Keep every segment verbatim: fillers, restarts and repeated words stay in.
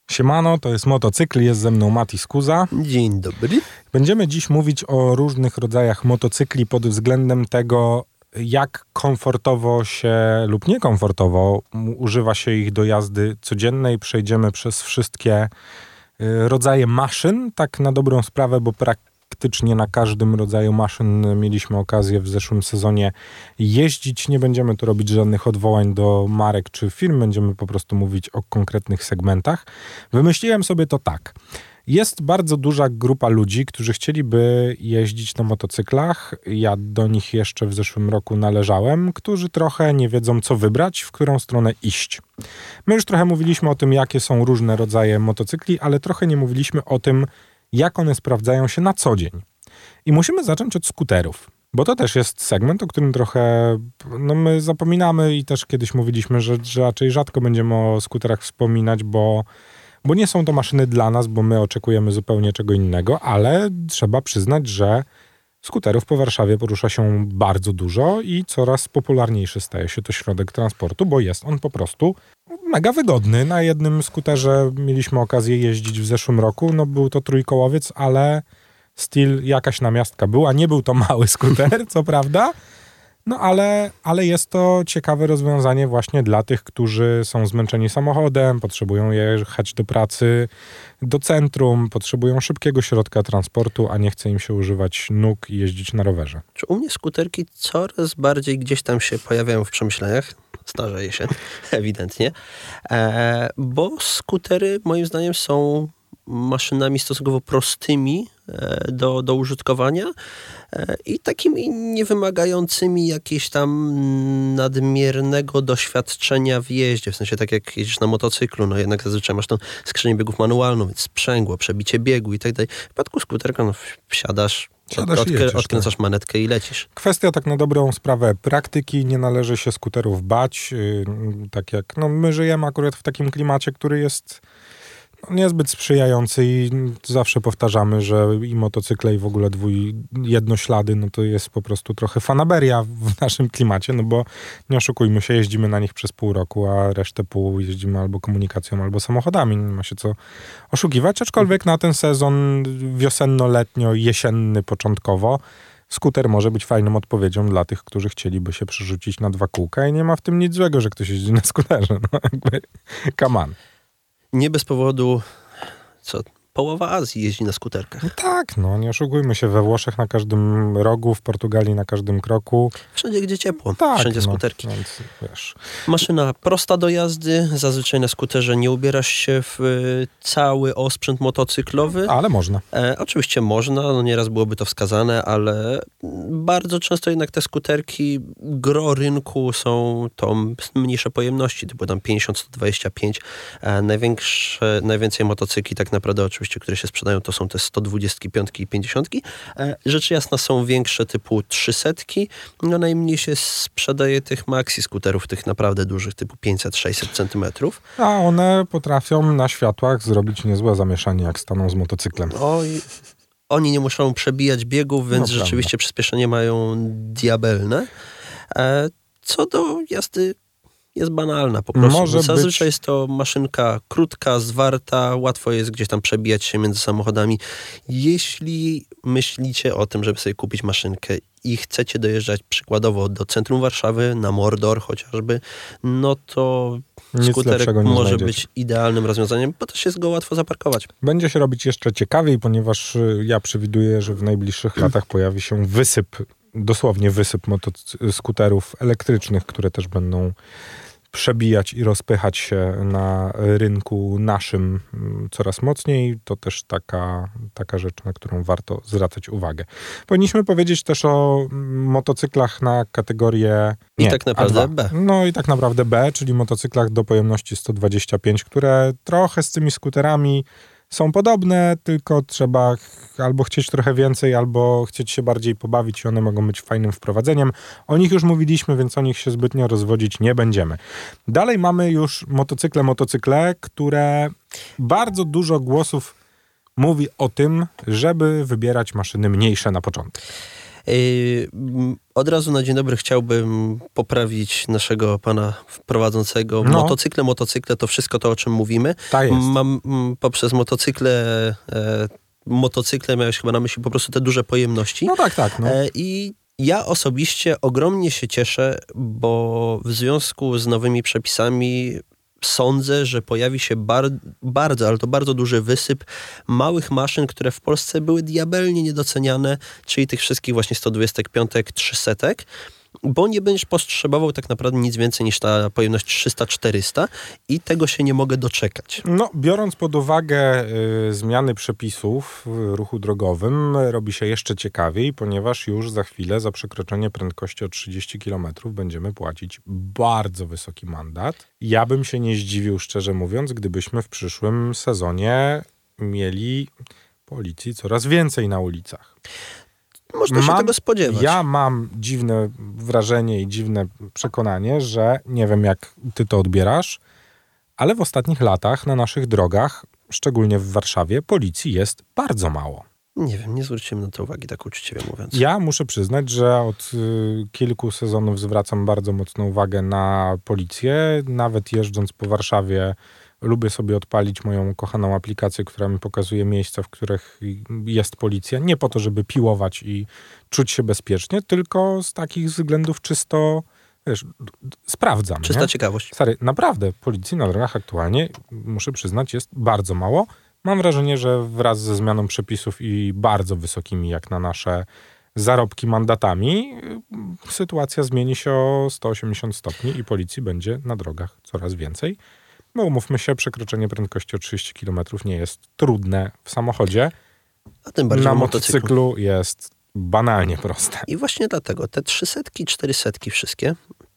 Siemano, to jest Motocykl, jest ze mną Mati Skuza. Dzień dobry. Będziemy dziś mówić o różnych rodzajach motocykli pod względem tego, jak komfortowo się lub niekomfortowo używa się ich do jazdy codziennej. Przejdziemy przez wszystkie rodzaje maszyn, tak na dobrą sprawę, bo praktycznie na każdym rodzaju maszyn mieliśmy okazję w zeszłym sezonie jeździć. Nie będziemy tu robić żadnych odwołań do marek czy firm, będziemy po prostu mówić o konkretnych segmentach. Wymyśliłem sobie to tak. Jest bardzo duża grupa ludzi, którzy chcieliby jeździć na motocyklach. Ja do nich jeszcze w zeszłym roku należałem, którzy trochę nie wiedzą, co wybrać, w którą stronę iść. My już trochę mówiliśmy o tym, jakie są różne rodzaje motocykli, ale trochę nie mówiliśmy o tym, jak one sprawdzają się na co dzień. I musimy zacząć od skuterów, bo to też jest segment, o którym trochę no my zapominamy i też kiedyś mówiliśmy, że, że raczej rzadko będziemy o skuterach wspominać, bo Bo nie są to maszyny dla nas, bo my oczekujemy zupełnie czego innego, ale trzeba przyznać, że skuterów po Warszawie porusza się bardzo dużo i coraz popularniejszy staje się to środek transportu, bo jest on po prostu mega wygodny. Na jednym skuterze mieliśmy okazję jeździć w zeszłym roku, no był to trójkołowiec, ale still jakaś namiastka była. Nie był to mały skuter, co prawda, no ale, ale jest to ciekawe rozwiązanie właśnie dla tych, którzy są zmęczeni samochodem, potrzebują jechać do pracy, do centrum, potrzebują szybkiego środka transportu, a nie chce im się używać nóg i jeździć na rowerze. Czy u mnie skuterki coraz bardziej gdzieś tam się pojawiają w przemyśleniach? Starzeje się, ewidentnie. E, bo skutery moim zdaniem są maszynami stosunkowo prostymi e, do, do użytkowania e, i takimi niewymagającymi jakiegoś tam nadmiernego doświadczenia w jeździe. W sensie tak jak jeździsz na motocyklu, no jednak zazwyczaj masz tą skrzynię biegów manualną, więc sprzęgło, przebicie biegu i tak dalej. W przypadku skuterka no, wsiadasz, Siadasz odkry, i jedziesz, odkręcasz tak. manetkę i lecisz. Kwestia tak na dobrą sprawę praktyki, nie należy się skuterów bać, yy, tak jak no my żyjemy akurat w takim klimacie, który jest no, niezbyt sprzyjający i zawsze powtarzamy, że i motocykle i w ogóle dwój jednoślady, no to jest po prostu trochę fanaberia w naszym klimacie, no bo nie oszukujmy się, jeździmy na nich przez pół roku, a resztę pół jeździmy albo komunikacją, albo samochodami, nie ma się co oszukiwać, aczkolwiek na ten sezon wiosenno-letnio-jesienny początkowo skuter może być fajną odpowiedzią dla tych, którzy chcieliby się przerzucić na dwa kółka i nie ma w tym nic złego, że ktoś jeździ na skuterze, no jakby come on. Nie bez powodu, co połowa Azji jeździ na skuterkach. No tak, no nie oszukujmy się, we Włoszech na każdym rogu, w Portugalii na każdym kroku. Wszędzie, gdzie ciepło. Tak, Wszędzie no, skuterki. Więc, wiesz. Maszyna prosta do jazdy. Zazwyczaj na skuterze nie ubierasz się w y, cały osprzęt motocyklowy. Ale można. E, oczywiście można, no nieraz byłoby to wskazane, ale bardzo często jednak te skuterki, gro rynku są to mniejsze pojemności, typu tam pięćdziesiąt sto dwadzieścia pięć. E, największe, najwięcej motocykli tak naprawdę oczywiście, które się sprzedają, to są te sto dwadzieścia pięć i pięćdziesiąt. E, rzecz jasna są większe typu trzysta. No najmniej się sprzedaje tych maxi skuterów, tych naprawdę dużych, typu pięćset sześćset centymetrów. A one potrafią na światłach zrobić niezłe zamieszanie, jak staną z motocyklem. Oj, oni nie muszą przebijać biegów, więc no, rzeczywiście prawda. Przyspieszenie mają diabelne. E, co do jazdy jest banalna po prostu. Może Zazwyczaj być... jest to maszynka krótka, zwarta, łatwo jest gdzieś tam przebijać się między samochodami. Jeśli myślicie o tym, żeby sobie kupić maszynkę i chcecie dojeżdżać przykładowo do centrum Warszawy, na Mordor chociażby, no to Nic skuterek może znajdziecie. być idealnym rozwiązaniem, bo też jest go łatwo zaparkować. Będzie się robić jeszcze ciekawiej, ponieważ ja przewiduję, że w najbliższych latach pojawi się wysyp, dosłownie wysyp motocy- skuterów elektrycznych, które też będą przebijać i rozpychać się na rynku naszym coraz mocniej. To też taka, taka rzecz, na którą warto zwracać uwagę. Powinniśmy powiedzieć też o motocyklach na kategorię I nie, tak naprawdę A dwa. B. No i tak naprawdę B, czyli motocyklach do pojemności sto dwadzieścia pięć, które trochę z tymi skuterami są podobne, tylko trzeba albo chcieć trochę więcej, albo chcieć się bardziej pobawić i one mogą być fajnym wprowadzeniem. O nich już mówiliśmy, więc o nich się zbytnio rozwodzić nie będziemy. Dalej mamy już motocykle, motocykle, które bardzo dużo głosów mówi o tym, żeby wybierać maszyny mniejsze na początek. Od razu na dzień dobry chciałbym poprawić naszego pana prowadzącego. No. Motocykle, motocykle, to wszystko to, o czym mówimy. Tak jest. Mam m, poprzez motocykle, e, motocykle miałeś chyba na myśli po prostu te duże pojemności. No tak, tak. No. E, I ja osobiście ogromnie się cieszę, bo w związku z nowymi przepisami sądzę, że pojawi się bar- bardzo, ale to bardzo duży wysyp małych maszyn, które w Polsce były diabelnie niedoceniane, czyli tych wszystkich właśnie sto dwadzieścia pięć, trzysta, bo nie będziesz potrzebował tak naprawdę nic więcej niż ta pojemność trzysta czterysta i tego się nie mogę doczekać. No, biorąc pod uwagę y, zmiany przepisów w ruchu drogowym, robi się jeszcze ciekawiej, ponieważ już za chwilę za przekroczenie prędkości o trzydzieści kilometrów będziemy płacić bardzo wysoki mandat. Ja bym się nie zdziwił, szczerze mówiąc, gdybyśmy w przyszłym sezonie mieli policji coraz więcej na ulicach. Można się Mam, tego spodziewać. Ja mam dziwne wrażenie i dziwne przekonanie, że nie wiem, jak ty to odbierasz, ale w ostatnich latach na naszych drogach, szczególnie w Warszawie, policji jest bardzo mało. Nie wiem, nie zwróciłem na to uwagi, tak uczciwie mówiąc. Ja muszę przyznać, że od y, kilku sezonów zwracam bardzo mocną uwagę na policję. Nawet jeżdżąc po Warszawie lubię sobie odpalić moją kochaną aplikację, która mi pokazuje miejsca, w których jest policja. Nie po to, żeby piłować i czuć się bezpiecznie, tylko z takich względów czysto, wiesz, sprawdzam. Czysta nie? ciekawość. Stary, naprawdę, policji na drogach aktualnie, muszę przyznać, jest bardzo mało. Mam wrażenie, że wraz ze zmianą przepisów i bardzo wysokimi, jak na nasze zarobki mandatami, sytuacja zmieni się o sto osiemdziesiąt stopni i policji będzie na drogach coraz więcej. No umówmy się, przekroczenie prędkości o trzydzieści kilometrów nie jest trudne w samochodzie. A tym bardziej na motocyklu. motocyklu jest banalnie proste. I właśnie dlatego te trzysetki, czterysetki wszystkie,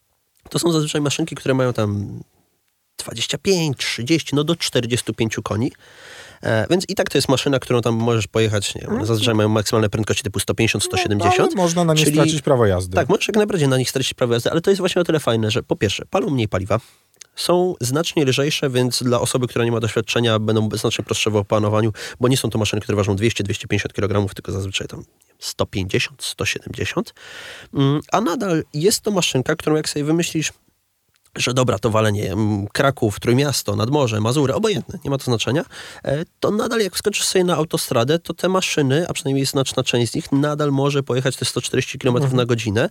to są zazwyczaj maszynki, które mają tam dwadzieścia pięć, trzydzieści, no do czterdziestu pięciu koni. E, więc i tak to jest maszyna, którą tam możesz pojechać, nie wiem, zazwyczaj mają maksymalne prędkości typu sto pięćdziesiąt, sto siedemdziesiąt. No, ale można na nie czyli, stracić prawo jazdy. Tak, możesz jak najbardziej na nich stracić prawo jazdy, ale to jest właśnie o tyle fajne, że po pierwsze, palą mniej paliwa, są znacznie lżejsze, więc dla osoby, która nie ma doświadczenia, będą znacznie prostsze w opanowaniu, bo nie są to maszyny, które ważą dwieście do dwieście pięćdziesiąt kilogramów, tylko zazwyczaj tam sto pięćdziesiąt, sto siedemdziesiąt. A nadal jest to maszynka, którą jak sobie wymyślisz, że dobra, to walenie Kraków, Trójmiasto, Nadmorze, Mazury, obojętne, nie ma to znaczenia, to nadal jak wskoczysz sobie na autostradę, to te maszyny, a przynajmniej znaczna część z nich, nadal może pojechać te sto czterdzieści kilometrów mhm. na godzinę,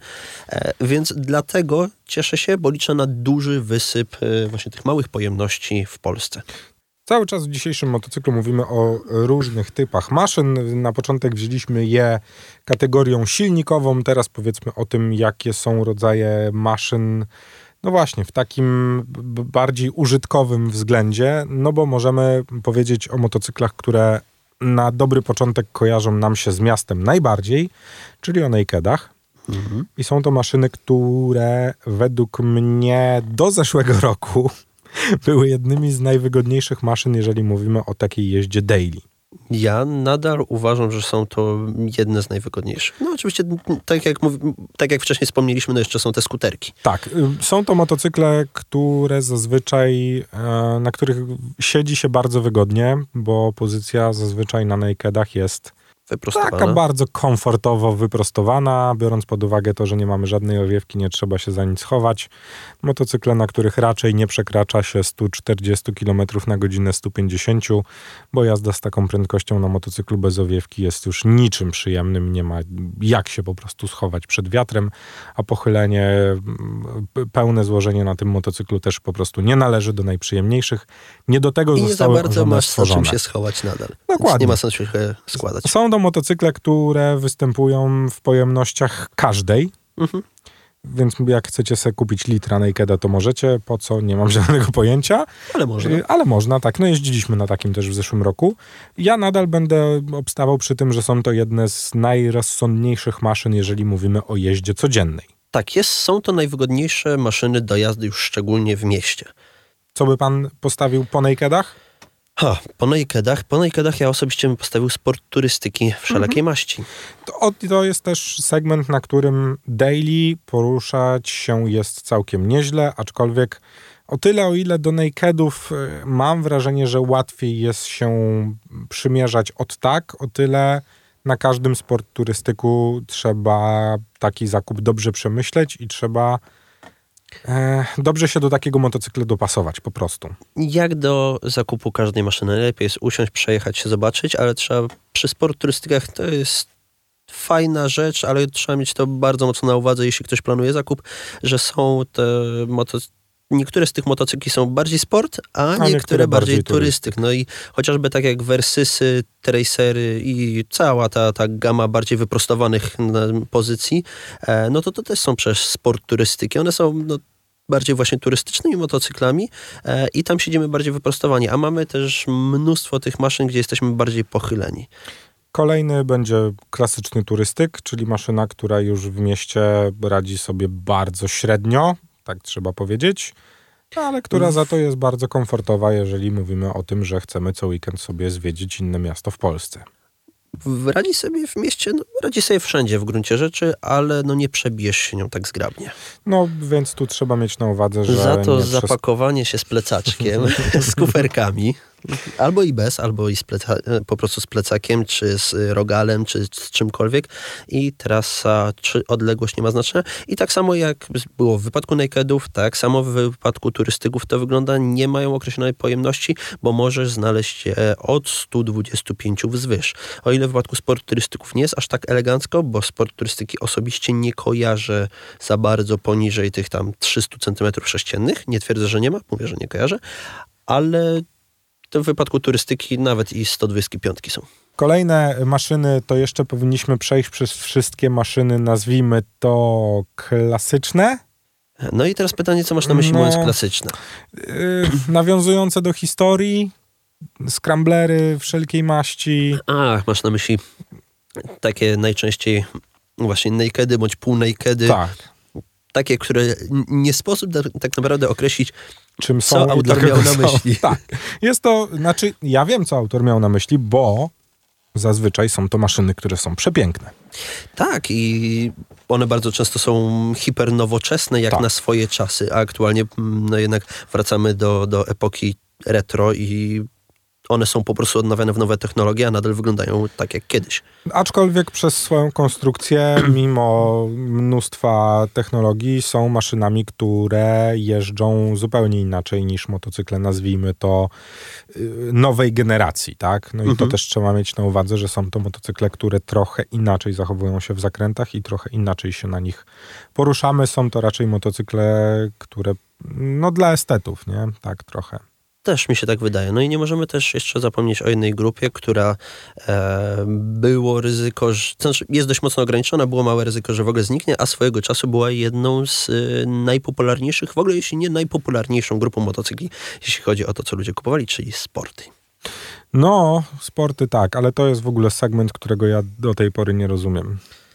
więc dlatego cieszę się, bo liczę na duży wysyp właśnie tych małych pojemności w Polsce. Cały czas w dzisiejszym motocyklu mówimy o różnych typach maszyn. Na początek wzięliśmy je kategorią silnikową, teraz powiedzmy o tym, jakie są rodzaje maszyn. No właśnie, w takim bardziej użytkowym względzie, no bo możemy powiedzieć o motocyklach, które na dobry początek kojarzą nam się z miastem najbardziej, czyli o nakedach. Mhm. I są to maszyny, które według mnie do zeszłego roku były jednymi z najwygodniejszych maszyn, jeżeli mówimy o takiej jeździe daily. Ja nadal uważam, że są to jedne z najwygodniejszych. No oczywiście, tak jak, mów, tak jak wcześniej wspomnieliśmy, no jeszcze są te skuterki. Tak, są to motocykle, które zazwyczaj, na których siedzi się bardzo wygodnie, bo pozycja zazwyczaj na nakedach jest taka bardzo komfortowo wyprostowana, biorąc pod uwagę to, że nie mamy żadnej owiewki, nie trzeba się za nic chować. Motocykle, na których raczej nie przekracza się sto czterdzieści kilometrów na godzinę, sto pięćdziesiąt, bo jazda z taką prędkością na motocyklu bez owiewki jest już niczym przyjemnym, nie ma jak się po prostu schować przed wiatrem, a pochylenie, pełne złożenie na tym motocyklu też po prostu nie należy do najprzyjemniejszych. Nie do tego I zostały nie za bardzo masz stworzone. czym się schować nadal. Dokładnie. Więc nie ma sensu się składać. Są to motocykle, które występują w pojemnościach każdej. Mhm. Więc jak chcecie sobie kupić litra nakeda, to możecie. Po co? Nie mam żadnego pojęcia. Ale można. Ale można, tak. No jeździliśmy na takim też w zeszłym roku. Ja nadal będę obstawał przy tym, że są to jedne z najrozsądniejszych maszyn, jeżeli mówimy o jeździe codziennej. Tak, jest, są to najwygodniejsze maszyny do jazdy już szczególnie w mieście. Co by pan postawił po nakedach? Ha, po nakedach, po nakedach ja osobiście bym postawił sport turystyki wszelakiej mhm. maści. To, to jest też segment, na którym daily poruszać się jest całkiem nieźle, aczkolwiek o tyle, o ile do nakedów mam wrażenie, że łatwiej jest się przymierzać od tak, o tyle Na każdym sport turystyku trzeba taki zakup dobrze przemyśleć i trzeba e, dobrze się do takiego motocykla dopasować po prostu. Jak do zakupu każdej maszyny. Lepiej jest usiąść, przejechać się, zobaczyć, ale trzeba przy sport turystykach to jest fajna rzecz, ale trzeba mieć to bardzo mocno na uwadze, jeśli ktoś planuje zakup, że są te motocykle. Niektóre z tych motocykli są bardziej sport, a, a niektóre, niektóre bardziej, bardziej turystyk. No i chociażby tak jak Versysy, Tracery i cała ta, ta gama bardziej wyprostowanych pozycji, no to to też są przecież sport turystyki. One są no, bardziej właśnie turystycznymi motocyklami e, i tam siedzimy bardziej wyprostowani, a mamy też mnóstwo tych maszyn, gdzie jesteśmy bardziej pochyleni. Kolejny będzie klasyczny turystyk, czyli maszyna, która już w mieście radzi sobie bardzo średnio, tak trzeba powiedzieć, ale która za to jest bardzo komfortowa, jeżeli mówimy o tym, że chcemy co weekend sobie zwiedzić inne miasto w Polsce. Radzi sobie w mieście, no, radzi sobie wszędzie w gruncie rzeczy, ale no nie przebijesz się nią tak zgrabnie. No, więc tu trzeba mieć na uwadze, że... Za to nie zapakowanie przez... się z plecaczkiem, z kuferkami, albo i bez, albo i z pleca... po prostu z plecakiem, czy z rogalem, czy z czymkolwiek i trasa, czy odległość nie ma znaczenia. I tak samo jak było w wypadku nakedów, tak samo w wypadku turystyków to wygląda, nie mają określonej pojemności, bo możesz znaleźć je od stu dwudziestu pięciu wzwyż. O ile w wypadku sport turystyków nie jest aż tak elegancko, bo sport turystyki osobiście nie kojarzę za bardzo poniżej tych tam trzystu centymetrów sześciennych. Nie twierdzę, że nie ma, mówię, że nie kojarzę, ale to w wypadku turystyki nawet i sto dwadzieścia pięć są. Kolejne maszyny to jeszcze powinniśmy przejść przez wszystkie maszyny, nazwijmy to klasyczne. No i teraz pytanie, co masz na myśli, no, mówiąc klasyczne? Yy, nawiązujące do historii, scramblery wszelkiej maści. Ach, masz na myśli takie najczęściej właśnie nakedy bądź półnakedy. Tak. Takie, które nie sposób tak naprawdę określić, czym są co autor miał na myśli. Tak. Jest to, znaczy ja wiem, co autor miał na myśli, bo zazwyczaj są to maszyny, które są przepiękne. Tak, i one bardzo często są hipernowoczesne jak tak. na swoje czasy, a aktualnie no jednak wracamy do, do epoki retro i one są po prostu odnawiane w nowe technologie, a nadal wyglądają tak jak kiedyś. Aczkolwiek przez swoją konstrukcję, mimo mnóstwa technologii, są maszynami, które jeżdżą zupełnie inaczej niż motocykle, nazwijmy to, nowej generacji, tak? No i mhm. to też trzeba mieć na uwadze, że są to motocykle, które trochę inaczej zachowują się w zakrętach i trochę inaczej się na nich poruszamy. Są to raczej motocykle, które, no dla estetów, nie? Tak trochę. Też mi się tak wydaje. No i nie możemy też jeszcze zapomnieć o jednej grupie, która e, było ryzyko, że, to znaczy jest dość mocno ograniczona, było małe ryzyko, że w ogóle zniknie, a swojego czasu była jedną z e, najpopularniejszych, w ogóle jeśli nie najpopularniejszą grupą motocykli, jeśli chodzi o to, co ludzie kupowali, czyli sporty. No, sporty tak, ale to jest w ogóle segment, którego ja do tej pory nie rozumiem.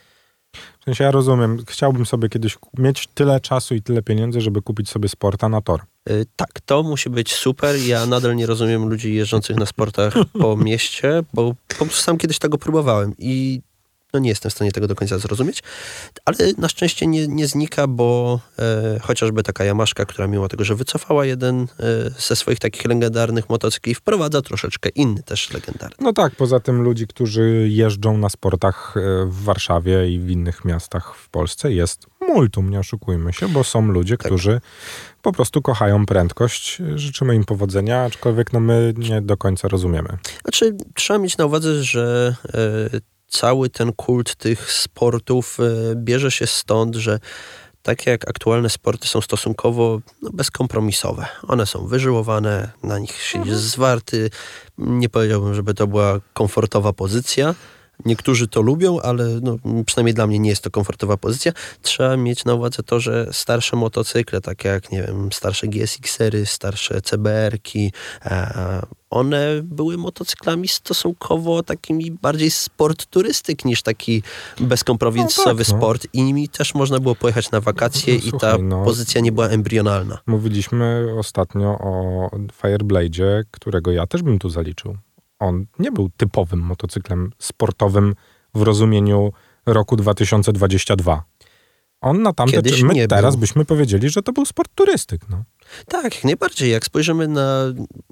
W sensie ja rozumiem, chciałbym sobie kiedyś mieć tyle czasu i tyle pieniędzy, żeby kupić sobie sporta na tor. Yy, tak, to musi być super. Ja nadal nie rozumiem ludzi jeżdżących na sportach po mieście, bo po prostu sam kiedyś tego próbowałem i no nie jestem w stanie tego do końca zrozumieć, ale na szczęście nie, nie znika, bo e, chociażby taka Yamaszka, która mimo tego, że wycofała jeden e, ze swoich takich legendarnych motocykli, wprowadza troszeczkę inny też legendarny. No tak, poza tym ludzi, którzy jeżdżą na sportach w Warszawie i w innych miastach w Polsce jest multum, nie oszukujmy się, bo są ludzie, tak. którzy po prostu kochają prędkość. Życzymy im powodzenia, aczkolwiek no my nie do końca rozumiemy. Znaczy, trzeba mieć na uwadze, że e, cały ten kult tych sportów e, bierze się stąd, że takie jak aktualne sporty są stosunkowo no, bezkompromisowe. One są wyżyłowane, na nich siedzisz mhm. zwarty. Nie powiedziałbym, żeby to była komfortowa pozycja. Niektórzy to lubią, ale no, przynajmniej dla mnie nie jest to komfortowa pozycja. Trzeba mieć na uwadze to, że starsze motocykle, takie jak, nie wiem, starsze G S X-ery, starsze C B R-ki, e, one były motocyklami stosunkowo takimi bardziej sport turystyk niż taki bezkompromisowy no tak, no. sport. I nimi też można było pojechać na wakacje no, i słuchaj, ta no, pozycja nie była embrionalna. Mówiliśmy ostatnio o Fireblade'zie, którego ja też bym tu zaliczył. On nie był typowym motocyklem sportowym w rozumieniu roku dwa tysiące dwudziestego drugiego. On na tamte... Kiedyś my nie teraz był. byśmy powiedzieli, że to był sport turystyk. No. Tak, jak najbardziej. Jak spojrzymy na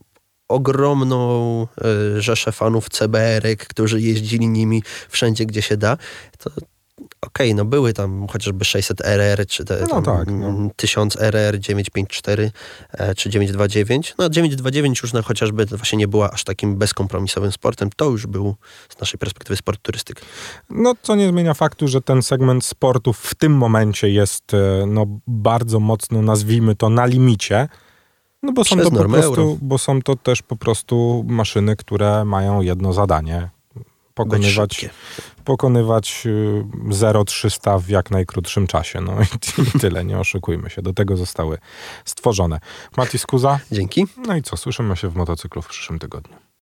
ogromną y, rzeszę fanów C B R-ek, którzy jeździli nimi wszędzie, gdzie się da, to okej, okay, no były tam chociażby sześćset R R, czy te, no tak, no. tysiąc R R, dziewięćset pięćdziesiąt cztery, e, czy dziewięćset dwadzieścia dziewięć. No dziewięćset dwadzieścia dziewięć już no, chociażby właśnie nie była aż takim bezkompromisowym sportem. To już był z naszej perspektywy sport turystyk. No co nie zmienia faktu, że ten segment sportu w tym momencie jest no, bardzo mocno, nazwijmy to, na limicie. No bo są, to po prostu, bo są to też po prostu maszyny, które mają jedno zadanie. Pokonywać, pokonywać zero trzysta w jak najkrótszym czasie. No i, i tyle, nie oszukujmy się. Do tego zostały stworzone. Mati Skuza. Dzięki. No i co, słyszymy się w motocyklu w przyszłym tygodniu.